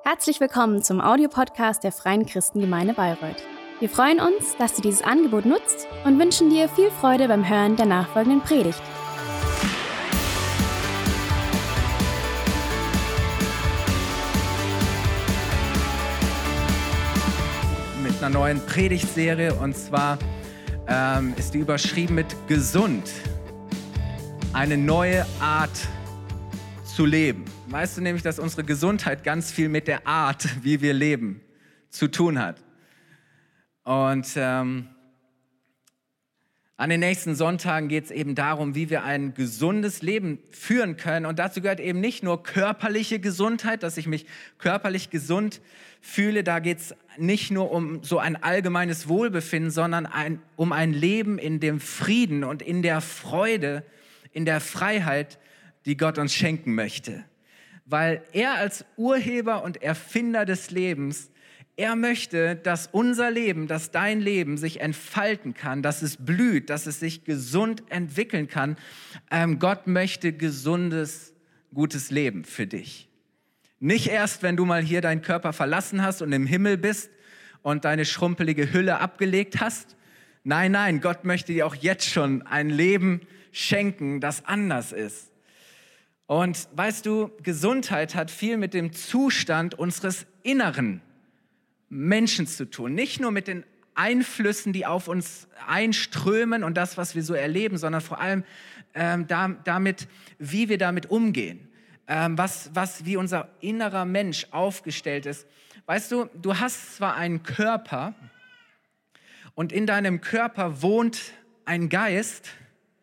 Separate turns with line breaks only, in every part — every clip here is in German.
Herzlich willkommen zum Audiopodcast der Freien Christengemeinde Bayreuth. Wir freuen uns, dass du dieses Angebot nutzt und wünschen dir viel Freude beim Hören der nachfolgenden Predigt.
Mit einer neuen Predigtserie, und zwar ist die überschrieben mit gesund. Eine neue Art zu leben. Weißt du nämlich, dass unsere Gesundheit ganz viel mit der Art, wie wir leben, zu tun hat. Und an den nächsten Sonntagen geht es eben darum, wie wir ein gesundes Leben führen können. Und dazu gehört eben nicht nur körperliche Gesundheit, dass ich mich körperlich gesund fühle. Da geht es nicht nur um so ein allgemeines Wohlbefinden, sondern um ein Leben in dem Frieden und in der Freude, in der Freiheit, die Gott uns schenken möchte. Weil er als Urheber und Erfinder des Lebens, er möchte, dass unser Leben, dass dein Leben sich entfalten kann, dass es blüht, dass es sich gesund entwickeln kann. Gott möchte gesundes, gutes Leben für dich. Nicht erst, wenn du mal hier deinen Körper verlassen hast und im Himmel bist und deine schrumpelige Hülle abgelegt hast. Nein, Gott möchte dir auch jetzt schon ein Leben schenken, das anders ist. Und weißt du, Gesundheit hat viel mit dem Zustand unseres inneren Menschen zu tun. Nicht nur mit den Einflüssen, die auf uns einströmen und das, was wir so erleben, sondern vor allem damit, wie wir damit umgehen. Wie unser innerer Mensch aufgestellt ist. Weißt du, du hast zwar einen Körper und in deinem Körper wohnt ein Geist,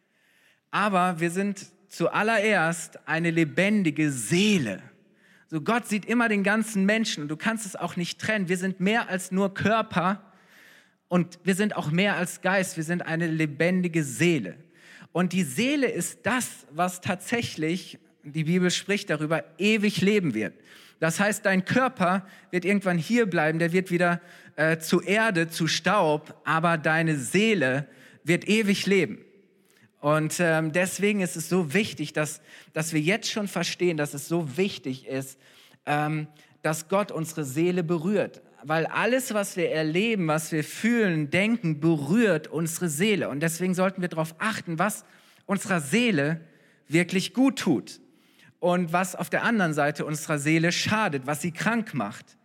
aber wir sind zuallererst eine lebendige Seele. So, Gott sieht immer den ganzen Menschen und du kannst es auch nicht trennen. Wir sind mehr als nur Körper und wir sind auch mehr als Geist. Wir sind eine lebendige Seele. Und die Seele ist das, was tatsächlich, die Bibel spricht darüber, ewig leben wird. Das heißt, dein Körper wird irgendwann hier bleiben, der wird wieder zu Erde, zu Staub, aber deine Seele wird ewig leben. Und deswegen ist es so wichtig, dass wir jetzt schon verstehen, dass es so wichtig ist, dass Gott unsere Seele berührt. Weil alles, was wir erleben, was wir fühlen, denken, berührt unsere Seele. Und deswegen sollten wir darauf achten, was unserer Seele wirklich gut tut. Und was auf der anderen Seite unserer Seele schadet, was sie krank macht.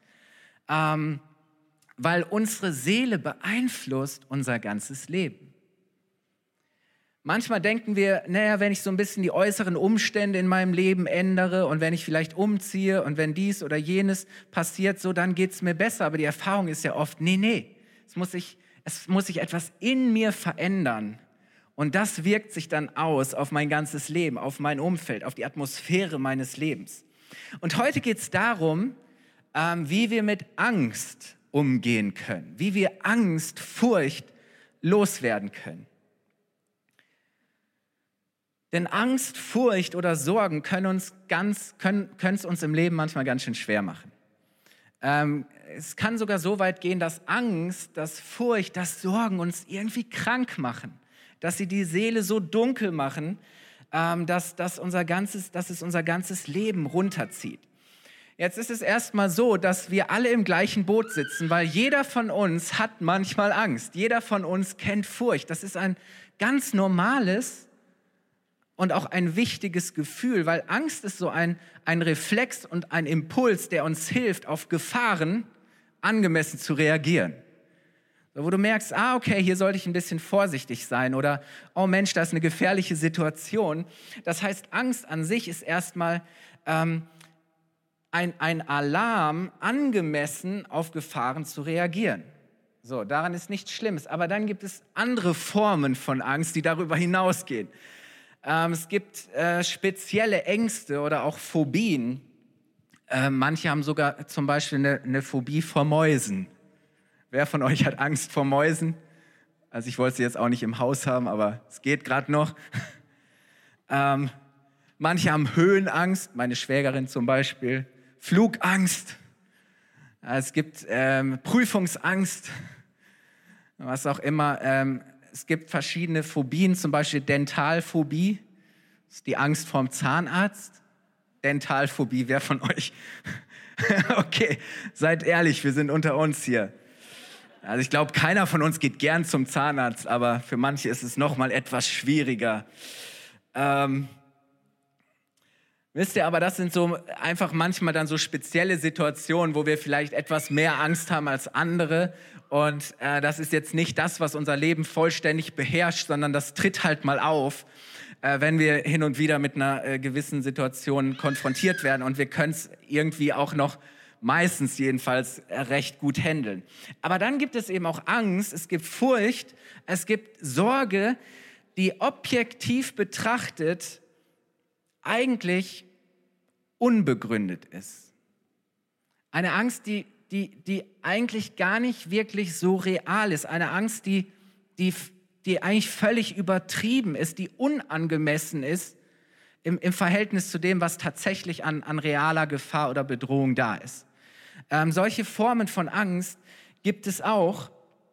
Weil unsere Seele beeinflusst unser ganzes Leben. Manchmal denken wir, wenn ich so ein bisschen die äußeren Umstände in meinem Leben ändere und wenn ich vielleicht umziehe und wenn dies oder jenes passiert, so dann geht es mir besser. Aber die Erfahrung ist ja oft, es muss sich etwas in mir verändern. Und das wirkt sich dann aus auf mein ganzes Leben, auf mein Umfeld, auf die Atmosphäre meines Lebens. Und heute geht es darum, wie wir mit Angst umgehen können, wie wir Angst, Furcht loswerden können. Denn Angst, Furcht oder Sorgen können es uns im Leben manchmal ganz schön schwer machen. Es kann sogar so weit gehen, dass Angst, dass Furcht, dass Sorgen uns irgendwie krank machen. Dass sie die Seele so dunkel machen, dass es unser ganzes Leben runterzieht. Jetzt ist es erstmal so, dass wir alle im gleichen Boot sitzen, weil jeder von uns hat manchmal Angst. Jeder von uns kennt Furcht. Das ist ein ganz normales und auch ein wichtiges Gefühl, weil Angst ist so ein Reflex und ein Impuls, der uns hilft, auf Gefahren angemessen zu reagieren. So, wo du merkst, okay, hier sollte ich ein bisschen vorsichtig sein oder, oh Mensch, da ist eine gefährliche Situation. Das heißt, Angst an sich ist erstmal ein Alarm, angemessen auf Gefahren zu reagieren. So, daran ist nichts Schlimmes. Aber dann gibt es andere Formen von Angst, die darüber hinausgehen. Es gibt spezielle Ängste oder auch Phobien. Manche haben sogar zum Beispiel eine Phobie vor Mäusen. Wer von euch hat Angst vor Mäusen? Also ich wollte sie jetzt auch nicht im Haus haben, aber es geht gerade noch. Manche haben Höhenangst, meine Schwägerin zum Beispiel. Flugangst. Es gibt Prüfungsangst, was auch immer. Es gibt verschiedene Phobien, zum Beispiel Dentalphobie, das ist die Angst vorm Zahnarzt. Dentalphobie, wer von euch? Okay, seid ehrlich, wir sind unter uns hier. Also ich glaube, keiner von uns geht gern zum Zahnarzt, aber für manche ist es noch mal etwas schwieriger. Wisst ihr, aber das sind so einfach manchmal dann so spezielle Situationen, wo wir vielleicht etwas mehr Angst haben als andere. Und das ist jetzt nicht das, was unser Leben vollständig beherrscht, sondern das tritt halt mal auf, wenn wir hin und wieder mit einer gewissen Situation konfrontiert werden. Und wir können es irgendwie auch noch meistens jedenfalls recht gut handeln. Aber dann gibt es eben auch Angst, es gibt Furcht, es gibt Sorge, die objektiv betrachtet eigentlich unbegründet ist. Eine Angst, die eigentlich gar nicht wirklich so real ist. Eine Angst, die eigentlich völlig übertrieben ist, die unangemessen ist im Verhältnis zu dem, was tatsächlich an realer Gefahr oder Bedrohung da ist. Solche Formen von Angst gibt es auch.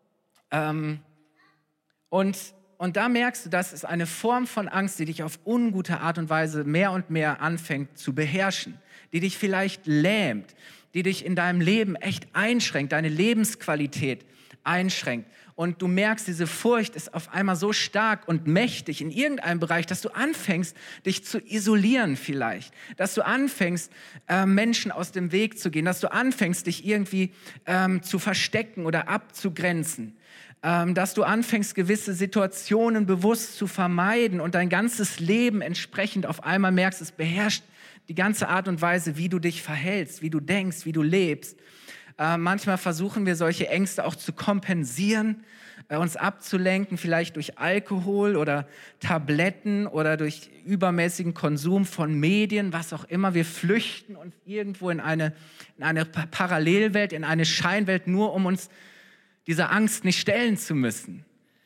Und da merkst du, das ist eine Form von Angst, die dich auf ungute Art und Weise mehr und mehr anfängt zu beherrschen, die dich vielleicht lähmt, die dich in deinem Leben echt einschränkt, deine Lebensqualität einschränkt. Und du merkst, diese Furcht ist auf einmal so stark und mächtig in irgendeinem Bereich, dass du anfängst, dich zu isolieren vielleicht, dass du anfängst, Menschen aus dem Weg zu gehen, dass du anfängst, dich irgendwie zu verstecken oder abzugrenzen. Dass du anfängst, gewisse Situationen bewusst zu vermeiden und dein ganzes Leben entsprechend auf einmal merkst, es beherrscht die ganze Art und Weise, wie du dich verhältst, wie du denkst, wie du lebst. Manchmal versuchen wir solche Ängste auch zu kompensieren, uns abzulenken, vielleicht durch Alkohol oder Tabletten oder durch übermäßigen Konsum von Medien, was auch immer. Wir flüchten uns irgendwo in eine Parallelwelt, in eine Scheinwelt, nur um uns dieser Angst nicht stellen zu müssen.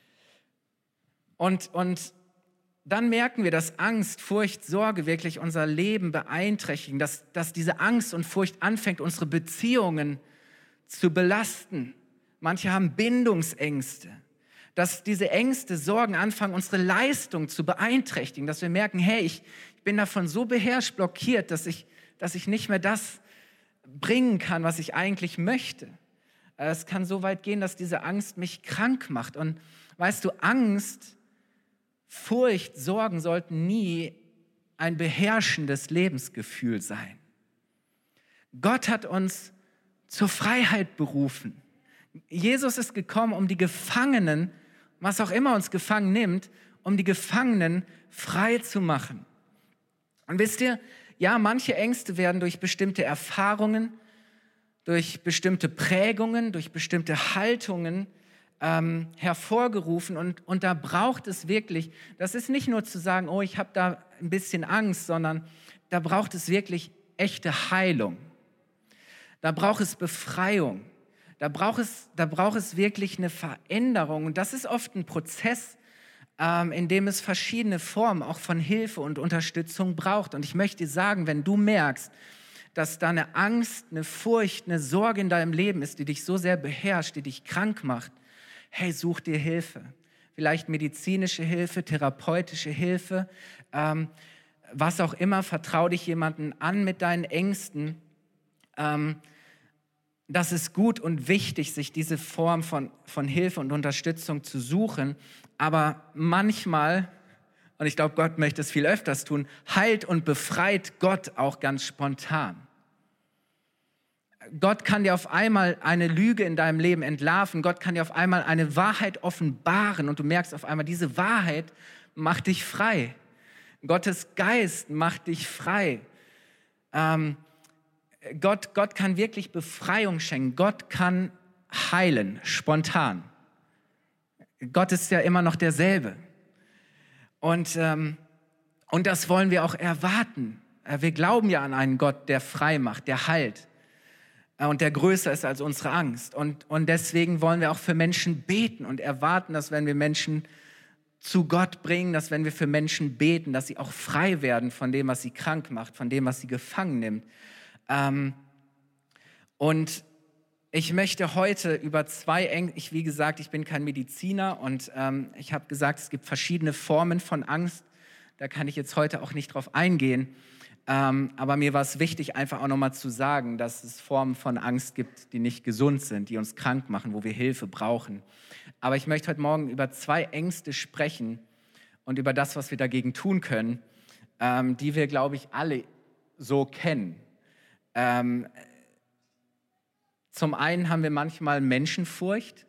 Und dann merken wir, dass Angst, Furcht, Sorge wirklich unser Leben beeinträchtigen, dass diese Angst und Furcht anfängt, unsere Beziehungen zu belasten. Manche haben Bindungsängste, dass diese Ängste, Sorgen anfangen, unsere Leistung zu beeinträchtigen, dass wir merken, hey, ich bin davon so beherrscht, blockiert, dass ich nicht mehr das bringen kann, was ich eigentlich möchte. Es kann so weit gehen, dass diese Angst mich krank macht. Und weißt du, Angst, Furcht, Sorgen sollten nie ein beherrschendes Lebensgefühl sein. Gott hat uns zur Freiheit berufen. Jesus ist gekommen, um die Gefangenen, was auch immer uns gefangen nimmt, um die Gefangenen frei zu machen. Und wisst ihr, ja, manche Ängste werden durch bestimmte Erfahrungen, durch bestimmte Prägungen, durch bestimmte Haltungen hervorgerufen. Und da braucht es wirklich, das ist nicht nur zu sagen, oh, ich habe da ein bisschen Angst, sondern da braucht es wirklich echte Heilung. Da braucht es Befreiung. Da braucht es wirklich eine Veränderung. Und das ist oft ein Prozess, in dem es verschiedene Formen auch von Hilfe und Unterstützung braucht. Und ich möchte dir sagen, wenn du merkst, dass da eine Angst, eine Furcht, eine Sorge in deinem Leben ist, die dich so sehr beherrscht, die dich krank macht, hey, such dir Hilfe. Vielleicht medizinische Hilfe, therapeutische Hilfe, was auch immer, vertrau dich jemandem an mit deinen Ängsten. Das ist gut und wichtig, sich diese Form von Hilfe und Unterstützung zu suchen. Aber manchmal, und ich glaube, Gott möchte es viel öfters tun, heilt und befreit Gott auch ganz spontan. Gott kann dir auf einmal eine Lüge in deinem Leben entlarven. Gott kann dir auf einmal eine Wahrheit offenbaren und du merkst auf einmal, diese Wahrheit macht dich frei. Gottes Geist macht dich frei. Gott kann wirklich Befreiung schenken. Gott kann heilen, spontan. Gott ist ja immer noch derselbe. Und das wollen wir auch erwarten. Wir glauben ja an einen Gott, der frei macht, der heilt und der größer ist als unsere Angst. Und deswegen wollen wir auch für Menschen beten und erwarten, dass wenn wir Menschen zu Gott bringen, dass wenn wir für Menschen beten, dass sie auch frei werden von dem, was sie krank macht, von dem, was sie gefangen nimmt. Und ich möchte heute über zwei Ängste, wie gesagt, ich bin kein Mediziner und ich habe gesagt, es gibt verschiedene Formen von Angst. Da kann ich jetzt heute auch nicht drauf eingehen. Aber mir war es wichtig, einfach auch nochmal zu sagen, dass es Formen von Angst gibt, die nicht gesund sind, die uns krank machen, wo wir Hilfe brauchen. Aber ich möchte heute Morgen über 2 Ängste sprechen und über das, was wir dagegen tun können, die wir, glaube ich, alle so kennen. Zum einen haben wir manchmal Menschenfurcht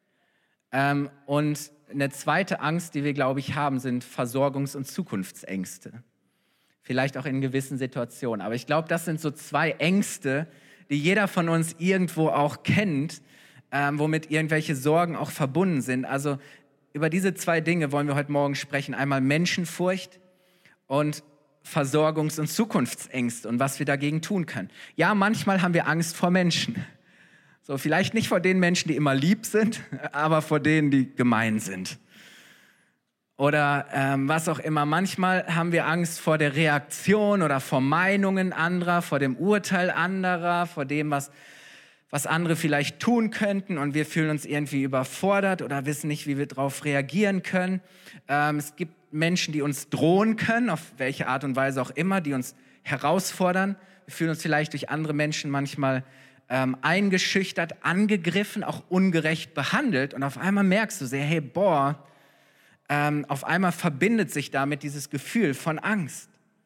und eine zweite Angst, die wir, glaube ich, haben, sind Versorgungs- und Zukunftsängste. Vielleicht auch in gewissen Situationen. Aber ich glaube, das sind so 2 Ängste, die jeder von uns irgendwo auch kennt, womit irgendwelche Sorgen auch verbunden sind. Also über diese 2 Dinge wollen wir heute Morgen sprechen. Einmal Menschenfurcht und Versorgungs- und Zukunftsängste und was wir dagegen tun können. Ja, manchmal haben wir Angst vor Menschen. So, vielleicht nicht vor den Menschen, die immer lieb sind, aber vor denen, die gemein sind. Oder was auch immer. Manchmal haben wir Angst vor der Reaktion oder vor Meinungen anderer, vor dem Urteil anderer, vor dem, was andere vielleicht tun könnten und wir fühlen uns irgendwie überfordert oder wissen nicht, wie wir darauf reagieren können. Es gibt Menschen, die uns drohen können, auf welche Art und Weise auch immer, die uns herausfordern. Wir fühlen uns vielleicht durch andere Menschen manchmal eingeschüchtert, angegriffen, auch ungerecht behandelt und auf einmal merkst du sehr, hey, boah, auf einmal verbindet sich damit dieses Gefühl von Angst.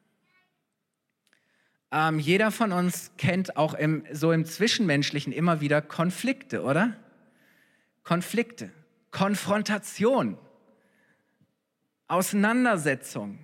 Jeder von uns kennt auch im Zwischenmenschlichen immer wieder Konflikte, oder? Konflikte, Konfrontation, Auseinandersetzung.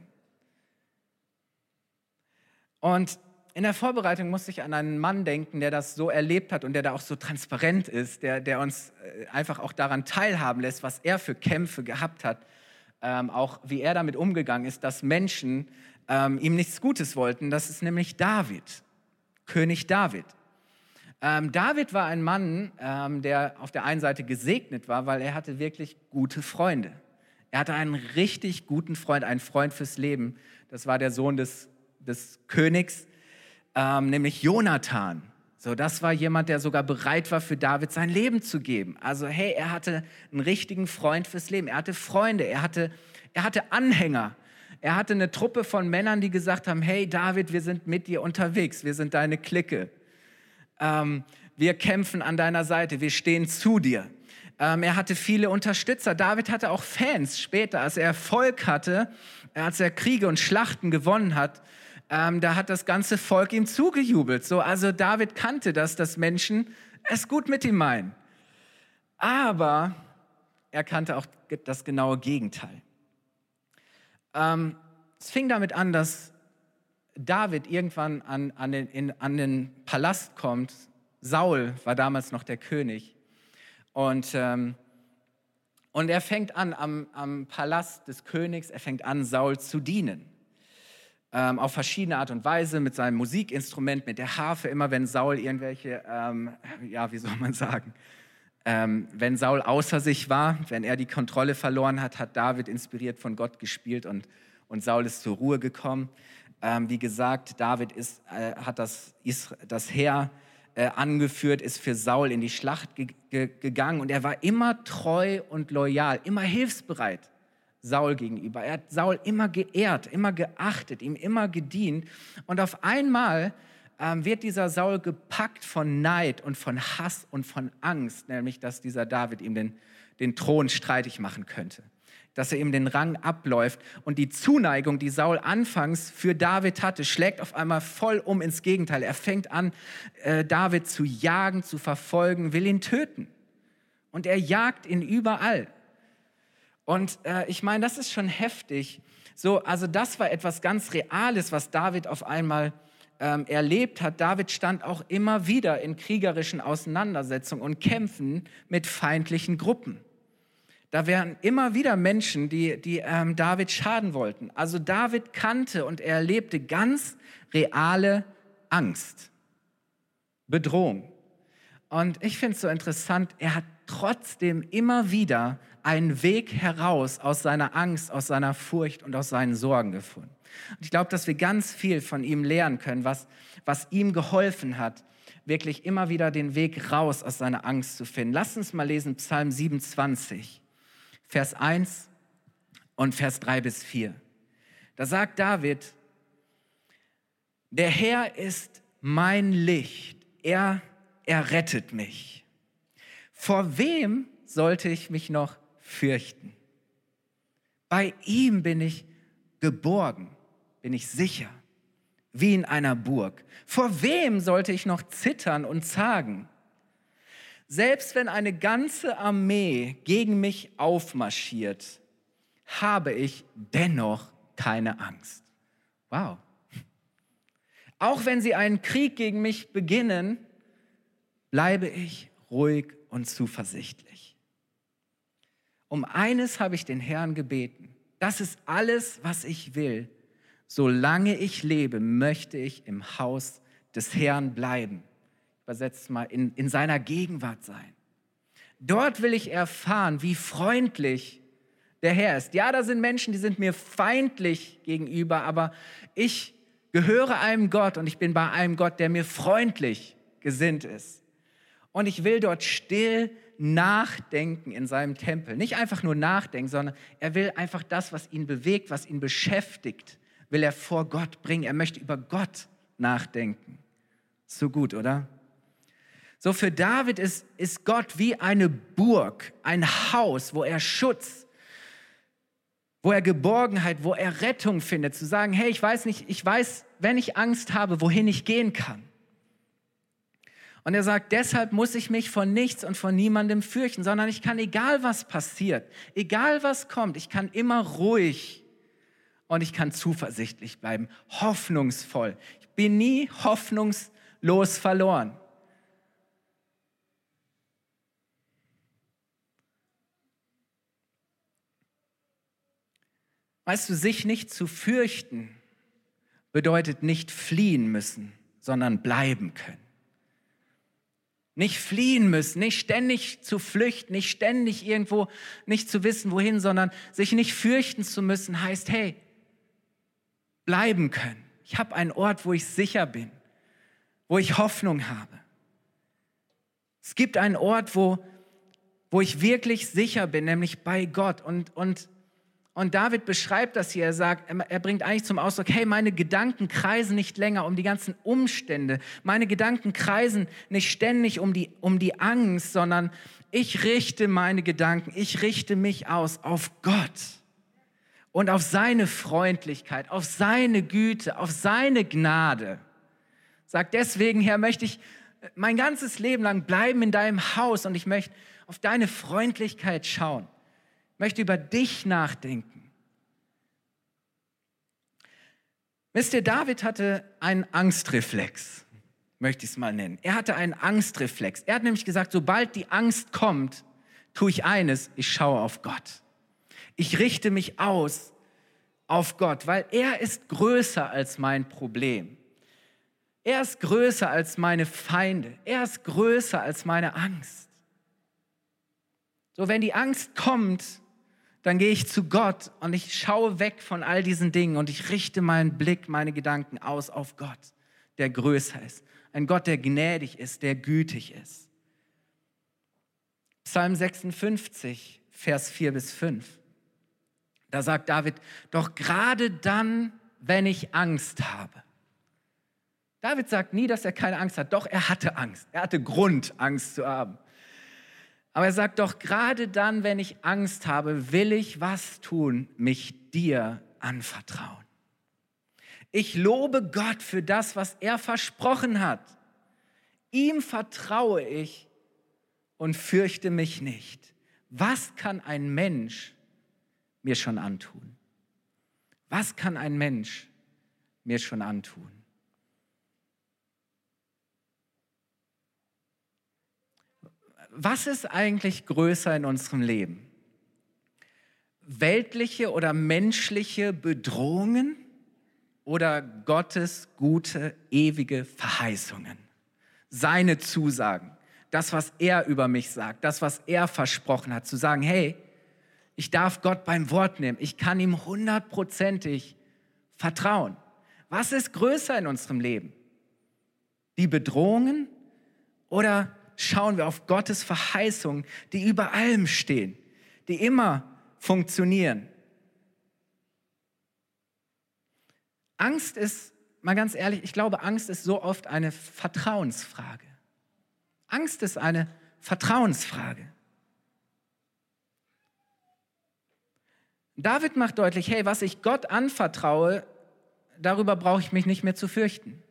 Und in der Vorbereitung musste ich an einen Mann denken, der das so erlebt hat und der da auch so transparent ist, der uns einfach auch daran teilhaben lässt, was er für Kämpfe gehabt hat, auch wie er damit umgegangen ist, dass Menschen ihm nichts Gutes wollten. Das ist nämlich David, König David. David war ein Mann, der auf der einen Seite gesegnet war, weil er hatte wirklich gute Freunde. Er hatte einen richtig guten Freund, einen Freund fürs Leben. Das war der Sohn des Königs, nämlich Jonathan. So, das war jemand, der sogar bereit war, für David sein Leben zu geben. Also hey, er hatte einen richtigen Freund fürs Leben. Er hatte Freunde, er hatte Anhänger. Er hatte eine Truppe von Männern, die gesagt haben, hey David, wir sind mit dir unterwegs, wir sind deine Clique. Wir kämpfen an deiner Seite, wir stehen zu dir. Er hatte viele Unterstützer. David hatte auch Fans später, als er Erfolg hatte, als er Kriege und Schlachten gewonnen hat. Da hat das ganze Volk ihm zugejubelt. So, also David kannte das, dass Menschen es gut mit ihm meinen. Aber er kannte auch das genaue Gegenteil. Es fing damit an, dass David irgendwann an den Palast kommt. Saul war damals noch der König. Und er fängt an am Palast des Königs, er fängt an, Saul zu dienen. Auf verschiedene Art und Weise, mit seinem Musikinstrument, mit der Harfe, immer wenn Saul irgendwelche, wie soll man sagen, wenn Saul außer sich war, wenn er die Kontrolle verloren hat, hat David inspiriert von Gott gespielt und Saul ist zur Ruhe gekommen. Wie gesagt, David hat das Heer angeführt, ist für Saul in die Schlacht gegangen und er war immer treu und loyal, immer hilfsbereit Saul gegenüber. Er hat Saul immer geehrt, immer geachtet, ihm immer gedient und auf einmal wird dieser Saul gepackt von Neid und von Hass und von Angst, nämlich dass dieser David ihm den Thron streitig machen könnte, dass er ihm den Rang abläuft und die Zuneigung, die Saul anfangs für David hatte, schlägt auf einmal voll um ins Gegenteil. Er fängt an, David zu jagen, zu verfolgen, will ihn töten und er jagt ihn überall. Und ich meine, das ist schon heftig. So, also das war etwas ganz Reales, was David auf einmal erlebt hat. David stand auch immer wieder in kriegerischen Auseinandersetzungen und Kämpfen mit feindlichen Gruppen. Da wären immer wieder Menschen, die David schaden wollten. Also David kannte und er erlebte ganz reale Angst, Bedrohung. Und ich finde es so interessant, er hat trotzdem immer wieder einen Weg heraus aus seiner Angst, aus seiner Furcht und aus seinen Sorgen gefunden. Und ich glaube, dass wir ganz viel von ihm lernen können, was ihm geholfen hat, wirklich immer wieder den Weg raus aus seiner Angst zu finden. Lasst uns mal lesen Psalm 27, Vers 1 und Vers 3 bis 4. Da sagt David, Der Herr ist mein Licht, er rettet mich. Vor wem sollte ich mich noch fürchten? Bei ihm bin ich geborgen, bin ich sicher, wie in einer Burg. Vor wem sollte ich noch zittern und zagen? Selbst wenn eine ganze Armee gegen mich aufmarschiert, habe ich dennoch keine Angst. Wow. Auch wenn sie einen Krieg gegen mich beginnen, bleibe ich ruhig und zuversichtlich. Um eines habe ich den Herrn gebeten. Das ist alles, was ich will. Solange ich lebe, möchte ich im Haus des Herrn bleiben. Übersetzt mal, in seiner Gegenwart sein. Dort will ich erfahren, wie freundlich der Herr ist. Ja, da sind Menschen, die sind mir feindlich gegenüber, aber ich gehöre einem Gott und ich bin bei einem Gott, der mir freundlich gesinnt ist. Und ich will dort still nachdenken in seinem Tempel. Nicht einfach nur nachdenken, sondern er will einfach das, was ihn bewegt, was ihn beschäftigt, will er vor Gott bringen. Er möchte über Gott nachdenken. So gut, oder? So für David ist Gott wie eine Burg, ein Haus, wo er Schutz, wo er Geborgenheit, wo er Rettung findet. Zu sagen, hey, ich weiß, wenn ich Angst habe, wohin ich gehen kann. Und er sagt, deshalb muss ich mich vor nichts und vor niemandem fürchten, sondern ich kann, egal was passiert, egal was kommt, ich kann immer ruhig und ich kann zuversichtlich bleiben, hoffnungsvoll. Ich bin nie hoffnungslos verloren. Weißt du, sich nicht zu fürchten bedeutet nicht fliehen müssen, sondern bleiben können. Nicht fliehen müssen, nicht ständig zu flüchten, nicht ständig irgendwo nicht zu wissen, wohin, sondern sich nicht fürchten zu müssen, heißt, hey, bleiben können. Ich habe einen Ort, wo ich sicher bin, wo ich Hoffnung habe. Es gibt einen Ort, wo ich wirklich sicher bin, nämlich bei Gott. Und David beschreibt das hier, er bringt eigentlich zum Ausdruck, hey, meine Gedanken kreisen nicht länger um die ganzen Umstände, meine Gedanken kreisen nicht ständig um die Angst, sondern ich richte meine Gedanken, ich richte mich aus auf Gott und auf seine Freundlichkeit, auf seine Güte, auf seine Gnade. Sagt deswegen, Herr, möchte ich mein ganzes Leben lang bleiben in deinem Haus und ich möchte auf deine Freundlichkeit schauen. Möchte über dich nachdenken. Wisst ihr, David hatte einen Angstreflex, möchte ich es mal nennen. Er hatte einen Angstreflex. Er hat nämlich gesagt, sobald die Angst kommt, tue ich eines, ich schaue auf Gott. Ich richte mich aus auf Gott, weil er ist größer als mein Problem. Er ist größer als meine Feinde. Er ist größer als meine Angst. So, wenn die Angst kommt, dann gehe ich zu Gott und ich schaue weg von all diesen Dingen und ich richte meinen Blick, meine Gedanken aus auf Gott, der größer ist. Ein Gott, der gnädig ist, der gütig ist. Psalm 56, Vers 4-5. Da sagt David, doch gerade dann, wenn ich Angst habe. David sagt nie, dass er keine Angst hat. Doch, er hatte Angst. Er hatte Grund, Angst zu haben. Aber er sagt doch, gerade dann, wenn ich Angst habe, will ich was tun? Mich dir anvertrauen. Ich lobe Gott für das, was er versprochen hat. Ihm vertraue ich und fürchte mich nicht. Was kann ein Mensch mir schon antun? Was kann ein Mensch mir schon antun? Was ist eigentlich größer in unserem Leben? Weltliche oder menschliche Bedrohungen oder Gottes gute, ewige Verheißungen? Seine Zusagen, das, was er über mich sagt, das, was er versprochen hat, zu sagen, hey, ich darf Gott beim Wort nehmen, ich kann ihm 100%ig vertrauen. Was ist größer in unserem Leben? Die Bedrohungen oder schauen wir auf Gottes Verheißungen, die über allem stehen, die immer funktionieren? Angst ist mal ganz ehrlich, ich glaube, Angst ist so oft eine Vertrauensfrage. Angst ist eine Vertrauensfrage. David macht deutlich, hey, was ich Gott anvertraue, darüber brauche ich mich nicht mehr zu fürchten.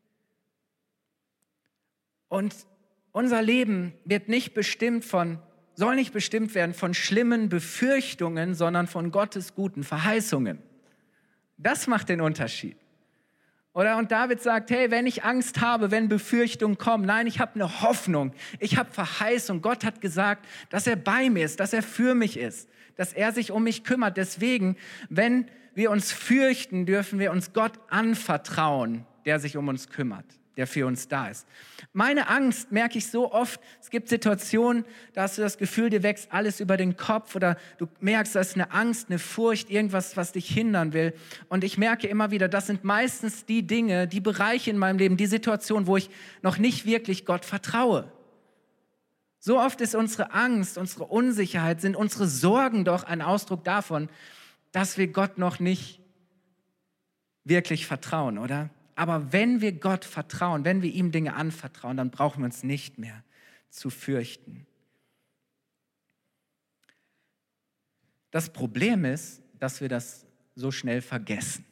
Und unser Leben soll nicht bestimmt werden von schlimmen Befürchtungen, sondern von Gottes guten Verheißungen. Das macht den Unterschied. Oder? Und David sagt, hey, wenn ich Angst habe, wenn Befürchtungen kommen, nein, ich habe eine Hoffnung, ich habe Verheißung. Gott hat gesagt, dass er bei mir ist, dass er für mich ist, dass er sich um mich kümmert. Deswegen, wenn wir uns fürchten, dürfen wir uns Gott anvertrauen, der sich um uns kümmert, der für uns da ist. Meine Angst merke ich so oft, es gibt Situationen, da hast du das Gefühl, dir wächst alles über den Kopf oder du merkst, da ist eine Angst, eine Furcht, irgendwas, was dich hindern will. Und ich merke immer wieder, das sind meistens die Dinge, die Bereiche in meinem Leben, die Situationen, wo ich noch nicht wirklich Gott vertraue. So oft ist unsere Angst, unsere Unsicherheit, sind unsere Sorgen doch ein Ausdruck davon, dass wir Gott noch nicht wirklich vertrauen, oder? Aber wenn wir Gott vertrauen, wenn wir ihm Dinge anvertrauen, dann brauchen wir uns nicht mehr zu fürchten. Das Problem ist, dass wir das so schnell vergessen.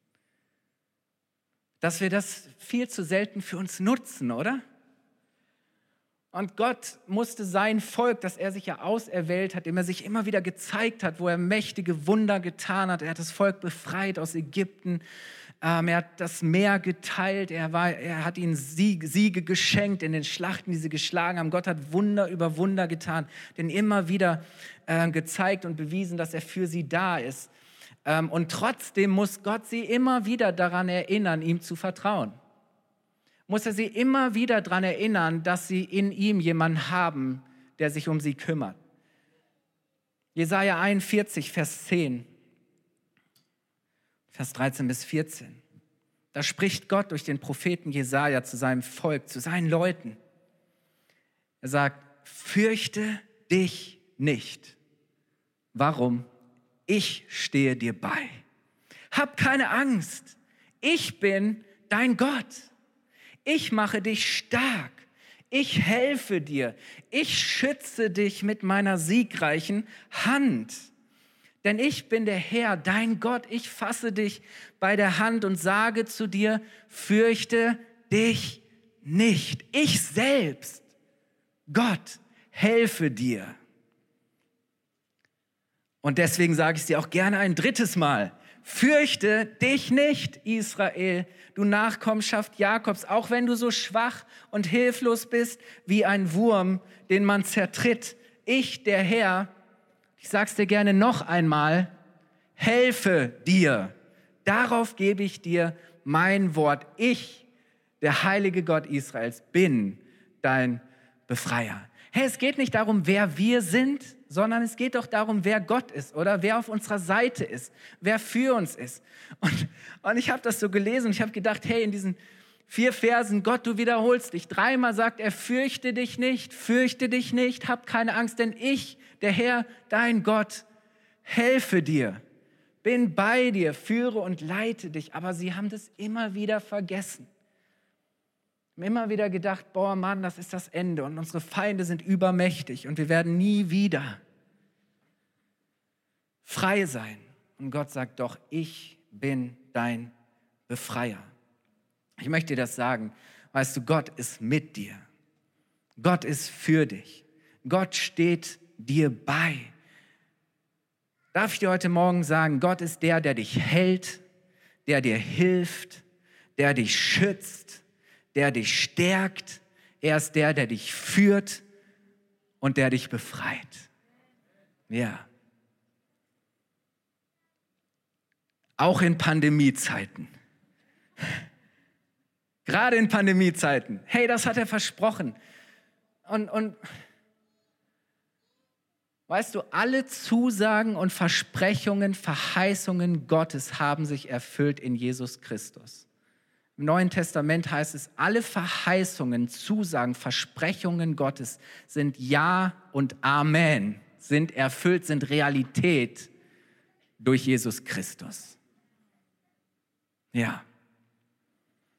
Dass wir das viel zu selten für uns nutzen, oder? Und Gott musste sein Volk, das er sich ja auserwählt hat, dem er sich immer wieder gezeigt hat, wo er mächtige Wunder getan hat. Er hat das Volk befreit aus Ägypten. Er hat das Meer geteilt. Er hat ihnen Siege geschenkt in den Schlachten, die sie geschlagen haben. Gott hat Wunder über Wunder getan, denen immer wieder gezeigt und bewiesen, dass er für sie da ist. Und trotzdem muss Gott sie immer wieder daran erinnern, ihm zu vertrauen. Muss er sie immer wieder daran erinnern, dass sie in ihm jemanden haben, der sich um sie kümmert. Jesaja 41, Vers 10, Vers 13 bis 14. Da spricht Gott durch den Propheten Jesaja zu seinem Volk, zu seinen Leuten. Er sagt, fürchte dich nicht. Warum? Ich stehe dir bei. Hab keine Angst. Ich bin dein Gott. Ich mache dich stark, ich helfe dir, ich schütze dich mit meiner siegreichen Hand. Denn ich bin der Herr, dein Gott, ich fasse dich bei der Hand und sage zu dir, fürchte dich nicht. Ich selbst, Gott, helfe dir. Und deswegen sage ich es dir auch gerne ein drittes Mal. Fürchte dich nicht, Israel, du Nachkommenschaft Jakobs, auch wenn du so schwach und hilflos bist wie ein Wurm, den man zertritt. Ich, der Herr, ich sag's dir gerne noch einmal, helfe dir. Darauf gebe ich dir mein Wort. Ich, der heilige Gott Israels, bin dein Befreier. Hey, es geht nicht darum, wer wir sind, sondern es geht doch darum, wer Gott ist oder wer auf unserer Seite ist, wer für uns ist. Und ich habe das so gelesen und ich habe gedacht, hey, in diesen 4 Versen, Gott, du wiederholst dich. 3-mal sagt er, fürchte dich nicht, hab keine Angst, denn ich, der Herr, dein Gott, helfe dir, bin bei dir, führe und leite dich. Aber sie haben das immer wieder vergessen. Immer wieder gedacht, boah Mann, das ist das Ende und unsere Feinde sind übermächtig und wir werden nie wieder frei sein. Und Gott sagt doch, ich bin dein Befreier. Ich möchte dir das sagen, weißt du, Gott ist mit dir. Gott ist für dich. Gott steht dir bei. Darf ich dir heute Morgen sagen, Gott ist der dich hält, der dir hilft, der dich schützt, der dich stärkt. Er ist der dich führt und der dich befreit. Ja. Auch in Pandemiezeiten. Gerade in Pandemiezeiten. Hey, das hat er versprochen. Und weißt du, alle Zusagen und Versprechungen, Verheißungen Gottes haben sich erfüllt in Jesus Christus. Im Neuen Testament heißt es, alle Verheißungen, Zusagen, Versprechungen Gottes sind Ja und Amen, sind erfüllt, sind Realität durch Jesus Christus. Ja.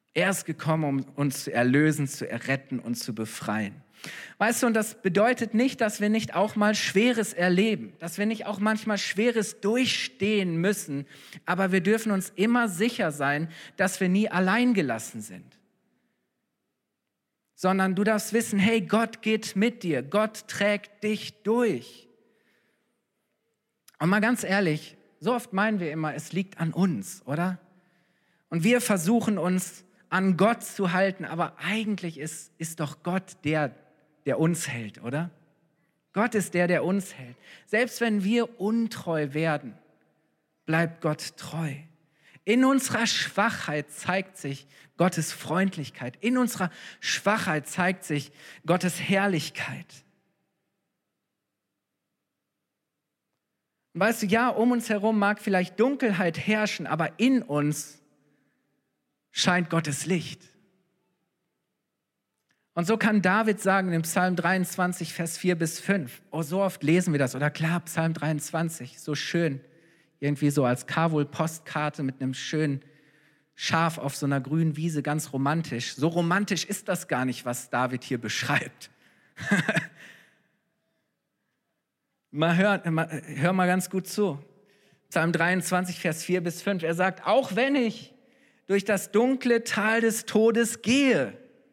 Er ist gekommen, um uns zu erlösen, zu erretten und zu befreien. Weißt du, und das bedeutet nicht, dass wir nicht auch mal Schweres erleben, dass wir nicht auch manchmal Schweres durchstehen müssen, aber wir dürfen uns immer sicher sein, dass wir nie allein gelassen sind. Sondern du darfst wissen, hey, Gott geht mit dir, Gott trägt dich durch. Und mal ganz ehrlich, so oft meinen wir immer, es liegt an uns, oder? Und wir versuchen uns an Gott zu halten, aber eigentlich ist doch Gott der uns hält, oder? Gott ist der uns hält. Selbst wenn wir untreu werden, bleibt Gott treu. In unserer Schwachheit zeigt sich Gottes Freundlichkeit. In unserer Schwachheit zeigt sich Gottes Herrlichkeit. Und weißt du, ja, um uns herum mag vielleicht Dunkelheit herrschen, aber in uns scheint Gottes Licht. Und so kann David sagen im Psalm 23, Vers 4-5, oh, so oft lesen wir das, oder klar, Psalm 23, so schön, irgendwie so als Carvol-Postkarte mit einem schönen Schaf auf so einer grünen Wiese, ganz romantisch. So romantisch ist das gar nicht, was David hier beschreibt. Hör mal ganz gut zu. Psalm 23, Vers 4-5, er sagt, auch wenn ich durch das dunkle Tal des Todes gehe,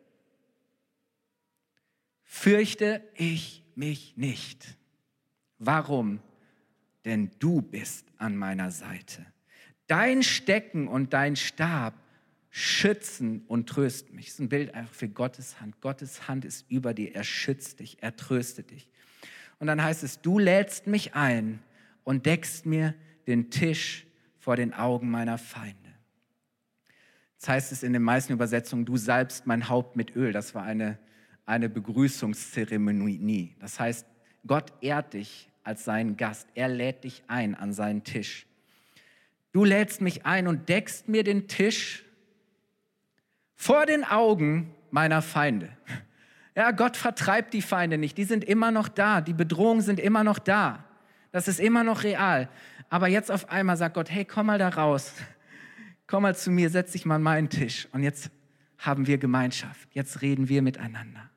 fürchte ich mich nicht. Warum? Denn du bist an meiner Seite. Dein Stecken und dein Stab schützen und trösten mich. Das ist ein Bild einfach für Gottes Hand. Gottes Hand ist über dir, er schützt dich, er tröstet dich. Und dann heißt es, du lädst mich ein und deckst mir den Tisch vor den Augen meiner Feinde. Jetzt heißt es in den meisten Übersetzungen, du salbst mein Haupt mit Öl. Das war eine Begrüßungszeremonie. Das heißt, Gott ehrt dich als seinen Gast. Er lädt dich ein an seinen Tisch. Du lädst mich ein und deckst mir den Tisch vor den Augen meiner Feinde. Ja, Gott vertreibt die Feinde nicht. Die sind immer noch da. Die Bedrohungen sind immer noch da. Das ist immer noch real. Aber jetzt auf einmal sagt Gott, hey, komm mal da raus. Komm mal zu mir, setz dich mal an meinen Tisch. Und jetzt haben wir Gemeinschaft. Jetzt reden wir miteinander.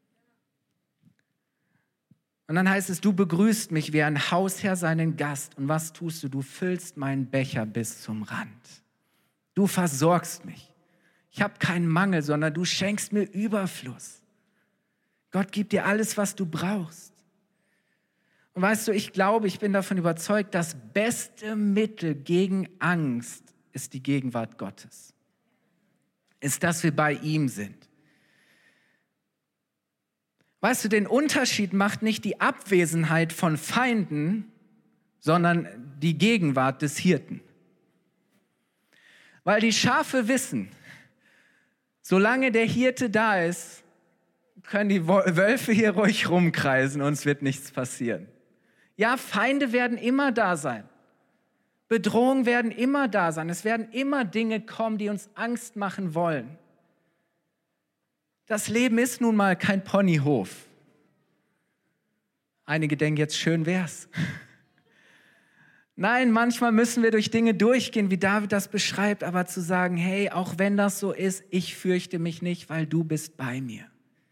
Und dann heißt es, du begrüßt mich wie ein Hausherr seinen Gast. Und was tust du? Du füllst meinen Becher bis zum Rand. Du versorgst mich. Ich habe keinen Mangel, sondern du schenkst mir Überfluss. Gott gibt dir alles, was du brauchst. Und weißt du, ich bin davon überzeugt, das beste Mittel gegen Angst ist die Gegenwart Gottes. Ist, dass wir bei ihm sind. Weißt du, den Unterschied macht nicht die Abwesenheit von Feinden, sondern die Gegenwart des Hirten. Weil die Schafe wissen, solange der Hirte da ist, können die Wölfe hier ruhig rumkreisen und es wird nichts passieren. Ja, Feinde werden immer da sein. Bedrohungen werden immer da sein. Es werden immer Dinge kommen, die uns Angst machen wollen. Das Leben ist nun mal kein Ponyhof. Einige denken jetzt, schön wär's. Nein, manchmal müssen wir durch Dinge durchgehen, wie David das beschreibt, aber zu sagen, hey, auch wenn das so ist, ich fürchte mich nicht, weil du bist bei mir.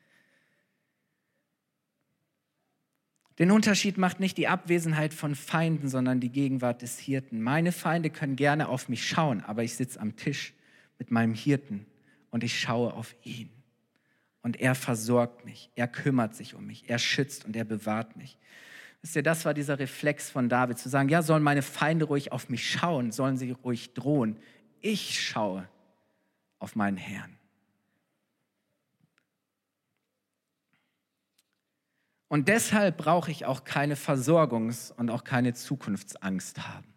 Den Unterschied macht nicht die Abwesenheit von Feinden, sondern die Gegenwart des Hirten. Meine Feinde können gerne auf mich schauen, aber ich sitze am Tisch mit meinem Hirten und ich schaue auf ihn. Und er versorgt mich, er kümmert sich um mich, er schützt und er bewahrt mich. Wisst ihr, das war dieser Reflex von David, zu sagen, ja, sollen meine Feinde ruhig auf mich schauen, sollen sie ruhig drohen. Ich schaue auf meinen Herrn. Und deshalb brauche ich auch keine Versorgungs- und auch keine Zukunftsangst haben.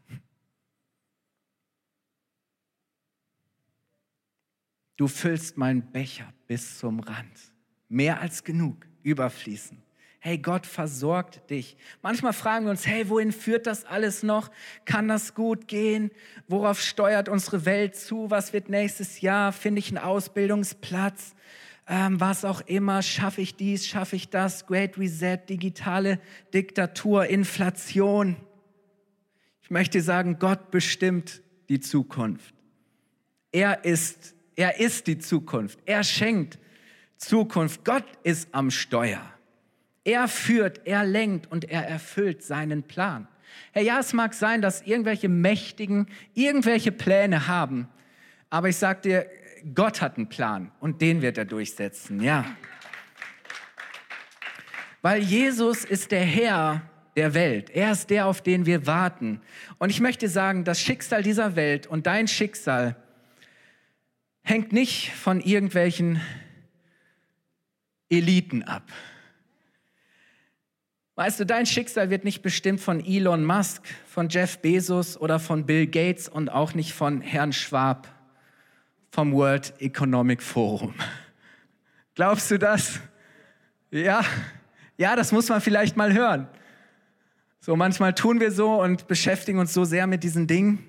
Du füllst meinen Becher bis zum Rand. Mehr als genug, überfließen. Hey, Gott versorgt dich. Manchmal fragen wir uns, hey, wohin führt das alles noch? Kann das gut gehen? Worauf steuert unsere Welt zu? Was wird nächstes Jahr? Finde ich einen Ausbildungsplatz? Was auch immer, schaffe ich dies, schaffe ich das, Great Reset, digitale Diktatur, Inflation. Ich möchte sagen, Gott bestimmt die Zukunft. Er ist Er ist die Zukunft. Er schenkt Zukunft. Gott ist am Steuer. Er führt, er lenkt und er erfüllt seinen Plan. Hey, ja, es mag sein, dass irgendwelche Mächtigen irgendwelche Pläne haben, aber ich sag dir, Gott hat einen Plan und den wird er durchsetzen, ja. Weil Jesus ist der Herr der Welt. Er ist der, auf den wir warten. Und ich möchte sagen, das Schicksal dieser Welt und dein Schicksal hängt nicht von irgendwelchen Eliten ab. Weißt du, dein Schicksal wird nicht bestimmt von Elon Musk, von Jeff Bezos oder von Bill Gates und auch nicht von Herrn Schwab vom World Economic Forum. Glaubst du das? Ja, das muss man vielleicht mal hören. So, manchmal tun wir so und beschäftigen uns so sehr mit diesen Dingen.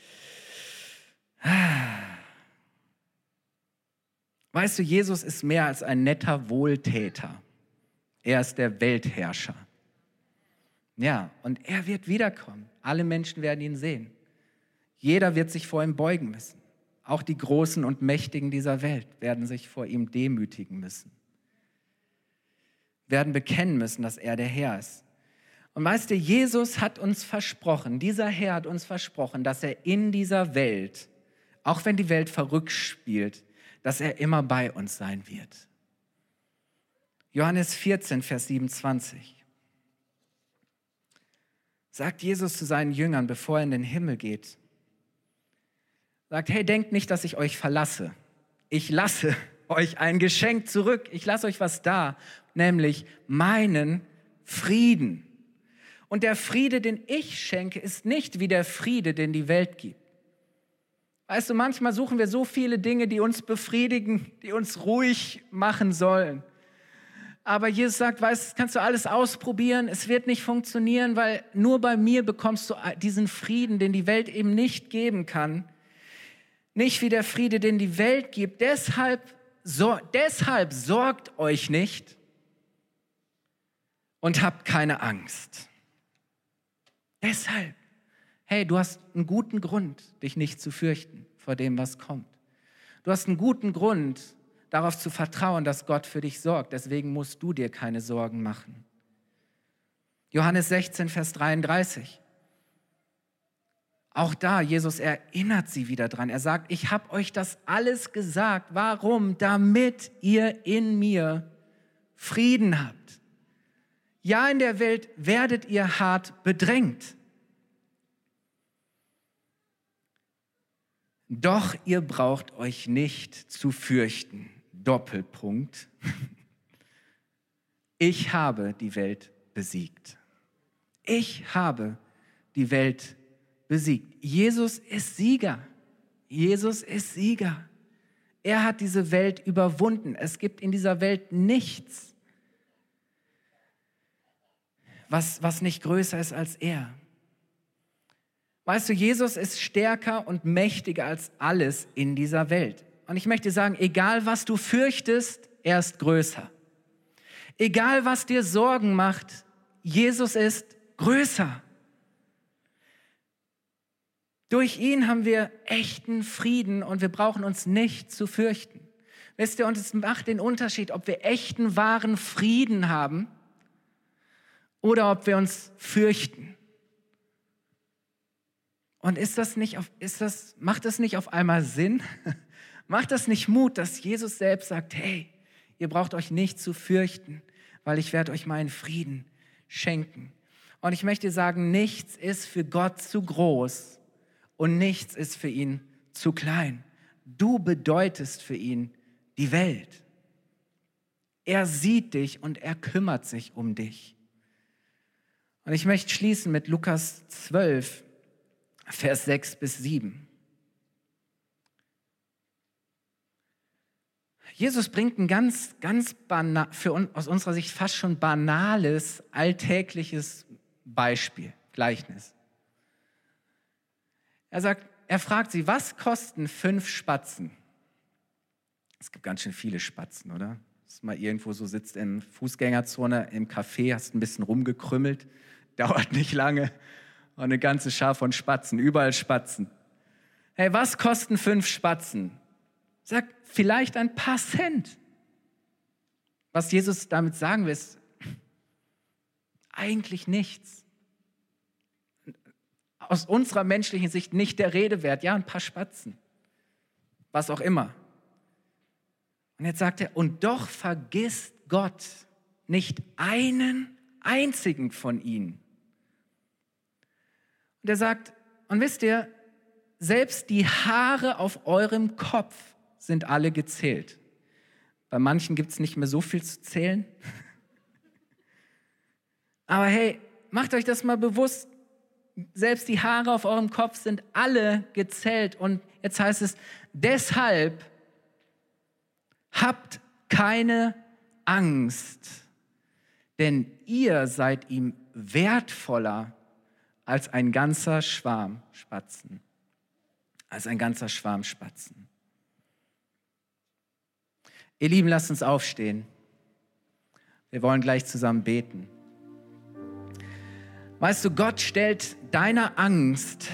Weißt du, Jesus ist mehr als ein netter Wohltäter. Er ist der Weltherrscher. Ja, und er wird wiederkommen. Alle Menschen werden ihn sehen. Jeder wird sich vor ihm beugen müssen. Auch die Großen und Mächtigen dieser Welt werden sich vor ihm demütigen müssen. Werden bekennen müssen, dass er der Herr ist. Und weißt du, Jesus hat uns versprochen, dieser Herr hat uns versprochen, dass er in dieser Welt, auch wenn die Welt verrückt spielt, dass er immer bei uns sein wird. Johannes 14, Vers 27. Sagt Jesus zu seinen Jüngern, bevor er in den Himmel geht. Sagt, hey, denkt nicht, dass ich euch verlasse. Ich lasse euch ein Geschenk zurück. Ich lasse euch was da, nämlich meinen Frieden. Und der Friede, den ich schenke, ist nicht wie der Friede, den die Welt gibt. Weißt du, manchmal suchen wir so viele Dinge, die uns befriedigen, die uns ruhig machen sollen. Aber Jesus sagt, weißt du, das kannst du alles ausprobieren, es wird nicht funktionieren, weil nur bei mir bekommst du diesen Frieden, den die Welt eben nicht geben kann. Nicht wie der Friede, den die Welt gibt. Deshalb sorgt euch nicht und habt keine Angst. Deshalb. Hey, du hast einen guten Grund, dich nicht zu fürchten vor dem, was kommt. Du hast einen guten Grund, darauf zu vertrauen, dass Gott für dich sorgt. Deswegen musst du dir keine Sorgen machen. Johannes 16, Vers 33. Auch da, Jesus erinnert sie wieder dran. Er sagt, ich habe euch das alles gesagt. Warum? Damit ihr in mir Frieden habt. Ja, in der Welt werdet ihr hart bedrängt. Doch ihr braucht euch nicht zu fürchten. Doppelpunkt. Ich habe die Welt besiegt. Ich habe die Welt besiegt. Jesus ist Sieger. Jesus ist Sieger. Er hat diese Welt überwunden. Es gibt in dieser Welt nichts, was nicht größer ist als er. Weißt du, Jesus ist stärker und mächtiger als alles in dieser Welt. Und ich möchte sagen, egal was du fürchtest, er ist größer. Egal was dir Sorgen macht, Jesus ist größer. Durch ihn haben wir echten Frieden und wir brauchen uns nicht zu fürchten. Wisst ihr, und es macht den Unterschied, ob wir echten, wahren Frieden haben oder ob wir uns fürchten. Und macht das nicht auf einmal Sinn? Macht das nicht Mut, dass Jesus selbst sagt, hey, ihr braucht euch nicht zu fürchten, weil ich werde euch meinen Frieden schenken. Und ich möchte sagen, nichts ist für Gott zu groß und nichts ist für ihn zu klein. Du bedeutest für ihn die Welt. Er sieht dich und er kümmert sich um dich. Und ich möchte schließen mit Lukas 12, Vers 6 bis 7. Jesus bringt ein ganz für uns, aus unserer Sicht fast schon banales, alltägliches Beispiel, Gleichnis. Er fragt sie, was kosten 5 Spatzen? Es gibt ganz schön viele Spatzen, oder? Dass man irgendwo so sitzt in Fußgängerzone, im Café, hast ein bisschen rumgekrümmelt, dauert nicht lange und eine ganze Schar von Spatzen, überall Spatzen. Hey, was kosten 5 Spatzen? Sag vielleicht ein paar Cent. Was Jesus damit sagen will, ist eigentlich nichts. Aus unserer menschlichen Sicht nicht der Rede wert. Ja, ein paar Spatzen. Was auch immer. Und jetzt sagt er, und doch vergisst Gott nicht einen einzigen von ihnen. Und er sagt, und wisst ihr, selbst die Haare auf eurem Kopf sind alle gezählt. Bei manchen gibt es nicht mehr so viel zu zählen. Aber hey, macht euch das mal bewusst. Selbst die Haare auf eurem Kopf sind alle gezählt. Und jetzt heißt es, deshalb habt keine Angst, denn ihr seid ihm wertvoller als ein ganzer Schwarm Spatzen. Als ein ganzer Schwarm Spatzen. Ihr Lieben, lasst uns aufstehen. Wir wollen gleich zusammen beten. Weißt du, Gott stellt deiner Angst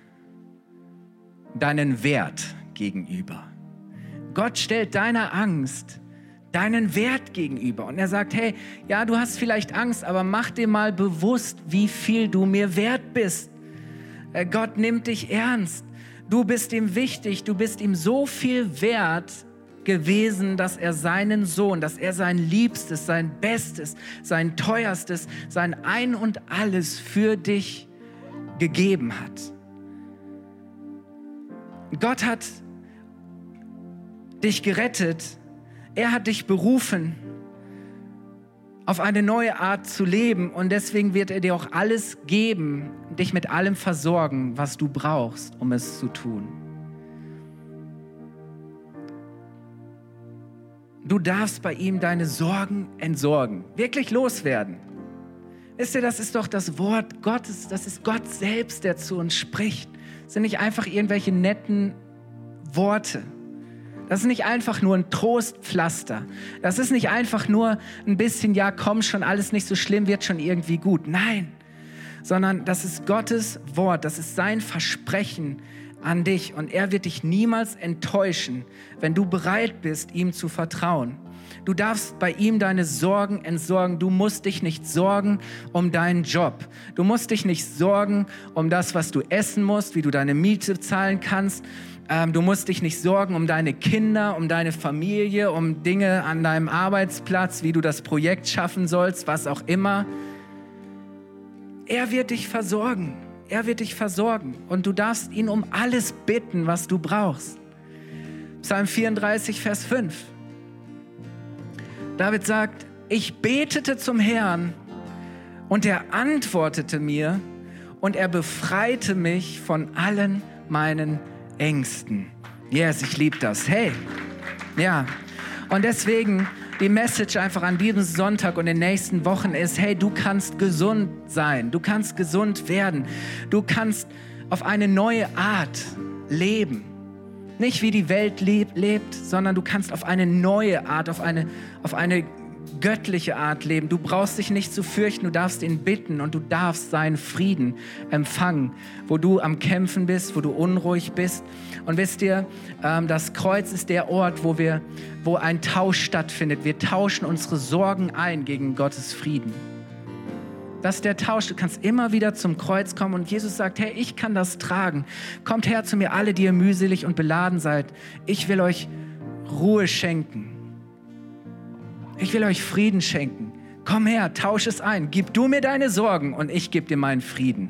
deinen Wert gegenüber. Gott stellt deiner Angst deinen Wert gegenüber. Und er sagt, hey, ja, du hast vielleicht Angst, aber mach dir mal bewusst, wie viel du mir wert bist. Gott nimmt dich ernst. Du bist ihm wichtig. Du bist ihm so viel wert gewesen, dass er seinen Sohn, dass er sein Liebstes, sein Bestes, sein Teuerstes, sein Ein und Alles für dich gegeben hat. Gott hat dich gerettet. Er hat dich berufen, auf eine neue Art zu leben, und deswegen wird er dir auch alles geben, dich mit allem versorgen, was du brauchst, um es zu tun. Du darfst bei ihm deine Sorgen entsorgen, wirklich loswerden. Wisst ihr, das ist doch das Wort Gottes, das ist Gott selbst, der zu uns spricht. Das sind nicht einfach irgendwelche netten Worte. Das ist nicht einfach nur ein Trostpflaster. Das ist nicht einfach nur ein bisschen, ja komm schon, alles nicht so schlimm, wird schon irgendwie gut. Nein, sondern das ist Gottes Wort, das ist sein Versprechen an dich. Und er wird dich niemals enttäuschen, wenn du bereit bist, ihm zu vertrauen. Du darfst bei ihm deine Sorgen entsorgen. Du musst dich nicht sorgen um deinen Job. Du musst dich nicht sorgen um das, was du essen musst, wie du deine Miete zahlen kannst. Du musst dich nicht sorgen um deine Kinder, um deine Familie, um Dinge an deinem Arbeitsplatz, wie du das Projekt schaffen sollst, was auch immer. Er wird dich versorgen. Er wird dich versorgen. Und du darfst ihn um alles bitten, was du brauchst. Psalm 34, Vers 5. David sagt, ich betete zum Herrn und er antwortete mir und er befreite mich von allen meinen Ängsten. Yes, ich liebe das. Hey, ja. Und deswegen die Message einfach an diesem Sonntag und den nächsten Wochen ist, hey, du kannst gesund sein. Du kannst gesund werden. Du kannst auf eine neue Art leben. Nicht wie die Welt lebt, sondern du kannst auf eine neue Art, auf eine göttliche Art leben. Du brauchst dich nicht zu fürchten, du darfst ihn bitten und du darfst seinen Frieden empfangen, wo du am Kämpfen bist, wo du unruhig bist. Und wisst ihr, das Kreuz ist der Ort, wo ein Tausch stattfindet. Wir tauschen unsere Sorgen ein gegen Gottes Frieden. Das ist der Tausch. Du kannst immer wieder zum Kreuz kommen und Jesus sagt, hey, ich kann das tragen. Kommt her zu mir alle, die ihr mühselig und beladen seid. Ich will euch Ruhe schenken. Ich will euch Frieden schenken. Komm her, tausch es ein. Gib du mir deine Sorgen und ich gebe dir meinen Frieden.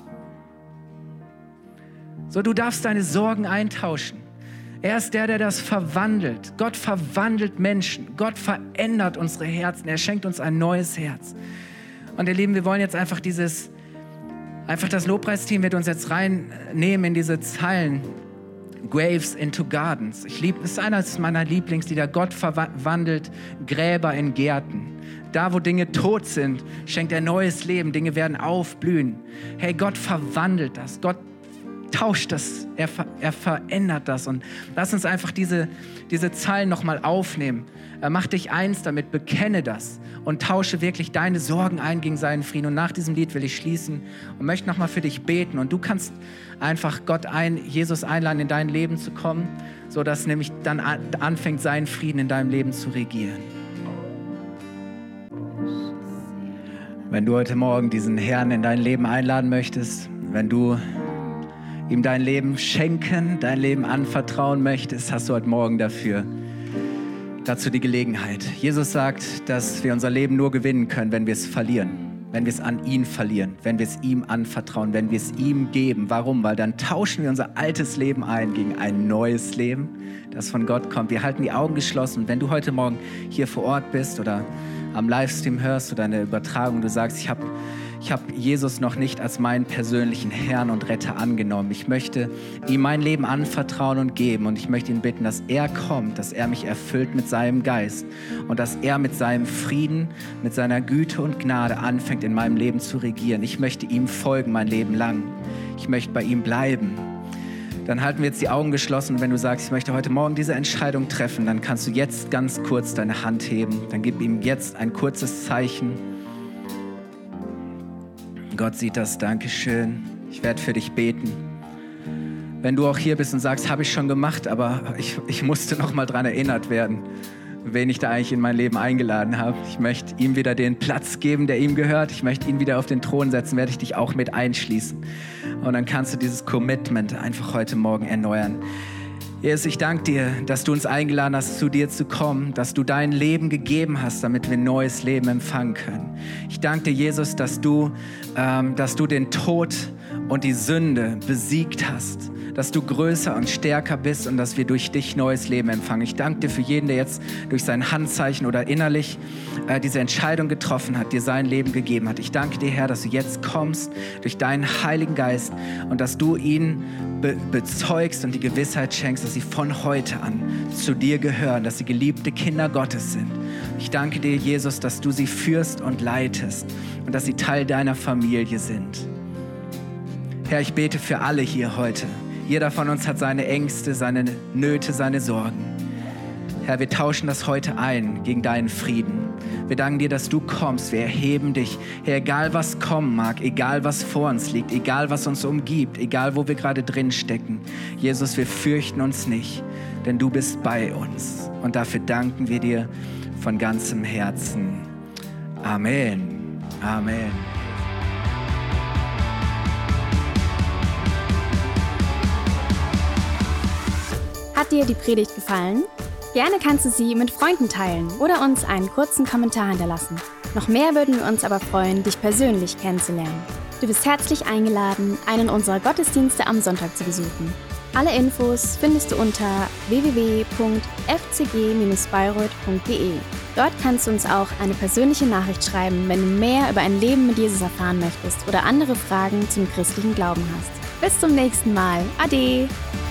So, du darfst deine Sorgen eintauschen. Er ist der das verwandelt. Gott verwandelt Menschen. Gott verändert unsere Herzen. Er schenkt uns ein neues Herz. Und ihr Lieben, wir wollen jetzt einfach das Lobpreisteam wird uns jetzt reinnehmen in diese Zeilen. Graves into Gardens. Es ist einer meiner Lieblingslieder. Gott verwandelt Gräber in Gärten. Da, wo Dinge tot sind, schenkt er neues Leben. Dinge werden aufblühen. Hey, Gott verwandelt das. Gott tauscht das, er verändert das. Und lass uns einfach diese Zeilen nochmal aufnehmen. Mach dich eins damit, bekenne das und tausche wirklich deine Sorgen ein gegen seinen Frieden. Und nach diesem Lied will ich schließen und möchte nochmal für dich beten. Und du kannst einfach Jesus einladen, in dein Leben zu kommen, sodass nämlich dann anfängt, sein Frieden in deinem Leben zu regieren. Wenn du heute Morgen diesen Herrn in dein Leben einladen möchtest, wenn du ihm dein Leben schenken, dein Leben anvertrauen möchtest, hast du heute Morgen dazu die Gelegenheit. Jesus sagt, dass wir unser Leben nur gewinnen können, wenn wir es verlieren, wenn wir es an ihn verlieren, wenn wir es ihm anvertrauen, wenn wir es ihm geben. Warum? Weil dann tauschen wir unser altes Leben ein gegen ein neues Leben, das von Gott kommt. Wir halten die Augen geschlossen. Wenn du heute Morgen hier vor Ort bist oder am Livestream hörst oder eine Übertragung, du sagst, ich habe Jesus noch nicht als meinen persönlichen Herrn und Retter angenommen. Ich möchte ihm mein Leben anvertrauen und geben und ich möchte ihn bitten, dass er kommt, dass er mich erfüllt mit seinem Geist und dass er mit seinem Frieden, mit seiner Güte und Gnade anfängt, in meinem Leben zu regieren. Ich möchte ihm folgen mein Leben lang. Ich möchte bei ihm bleiben. Dann halten wir jetzt die Augen geschlossen und wenn du sagst, ich möchte heute Morgen diese Entscheidung treffen, dann kannst du jetzt ganz kurz deine Hand heben. Dann gib ihm jetzt ein kurzes Zeichen. Gott sieht das, Dankeschön. Ich werde für dich beten. Wenn du auch hier bist und sagst, habe ich schon gemacht, aber ich musste noch mal dran erinnert werden, wen ich da eigentlich in mein Leben eingeladen habe. Ich möchte ihm wieder den Platz geben, der ihm gehört. Ich möchte ihn wieder auf den Thron setzen, werde ich dich auch mit einschließen. Und dann kannst du dieses Commitment einfach heute Morgen erneuern. Jesus, ich danke dir, dass du uns eingeladen hast, zu dir zu kommen, dass du dein Leben gegeben hast, damit wir ein neues Leben empfangen können. Ich danke dir, Jesus, dass du den Tod und die Sünde besiegt hast, dass du größer und stärker bist und dass wir durch dich neues Leben empfangen. Ich danke dir für jeden, der jetzt durch sein Handzeichen oder innerlich diese Entscheidung getroffen hat, dir sein Leben gegeben hat. Ich danke dir, Herr, dass du jetzt kommst durch deinen Heiligen Geist und dass du ihn bezeugst und die Gewissheit schenkst, dass sie von heute an zu dir gehören, dass sie geliebte Kinder Gottes sind. Ich danke dir, Jesus, dass du sie führst und leitest und dass sie Teil deiner Familie sind. Herr, ich bete für alle hier heute. Jeder von uns hat seine Ängste, seine Nöte, seine Sorgen. Herr, wir tauschen das heute ein gegen deinen Frieden. Wir danken dir, dass du kommst. Wir erheben dich. Herr, egal was kommen mag, egal was vor uns liegt, egal was uns umgibt, egal wo wir gerade drin stecken. Jesus, wir fürchten uns nicht, denn du bist bei uns. Und dafür danken wir dir von ganzem Herzen. Amen. Amen.
Hat dir die Predigt gefallen? Gerne kannst du sie mit Freunden teilen oder uns einen kurzen Kommentar hinterlassen. Noch mehr würden wir uns aber freuen, dich persönlich kennenzulernen. Du bist herzlich eingeladen, einen unserer Gottesdienste am Sonntag zu besuchen. Alle Infos findest du unter www.fcg-bayreuth.de. Dort kannst du uns auch eine persönliche Nachricht schreiben, wenn du mehr über ein Leben mit Jesus erfahren möchtest oder andere Fragen zum christlichen Glauben hast. Bis zum nächsten Mal. Ade!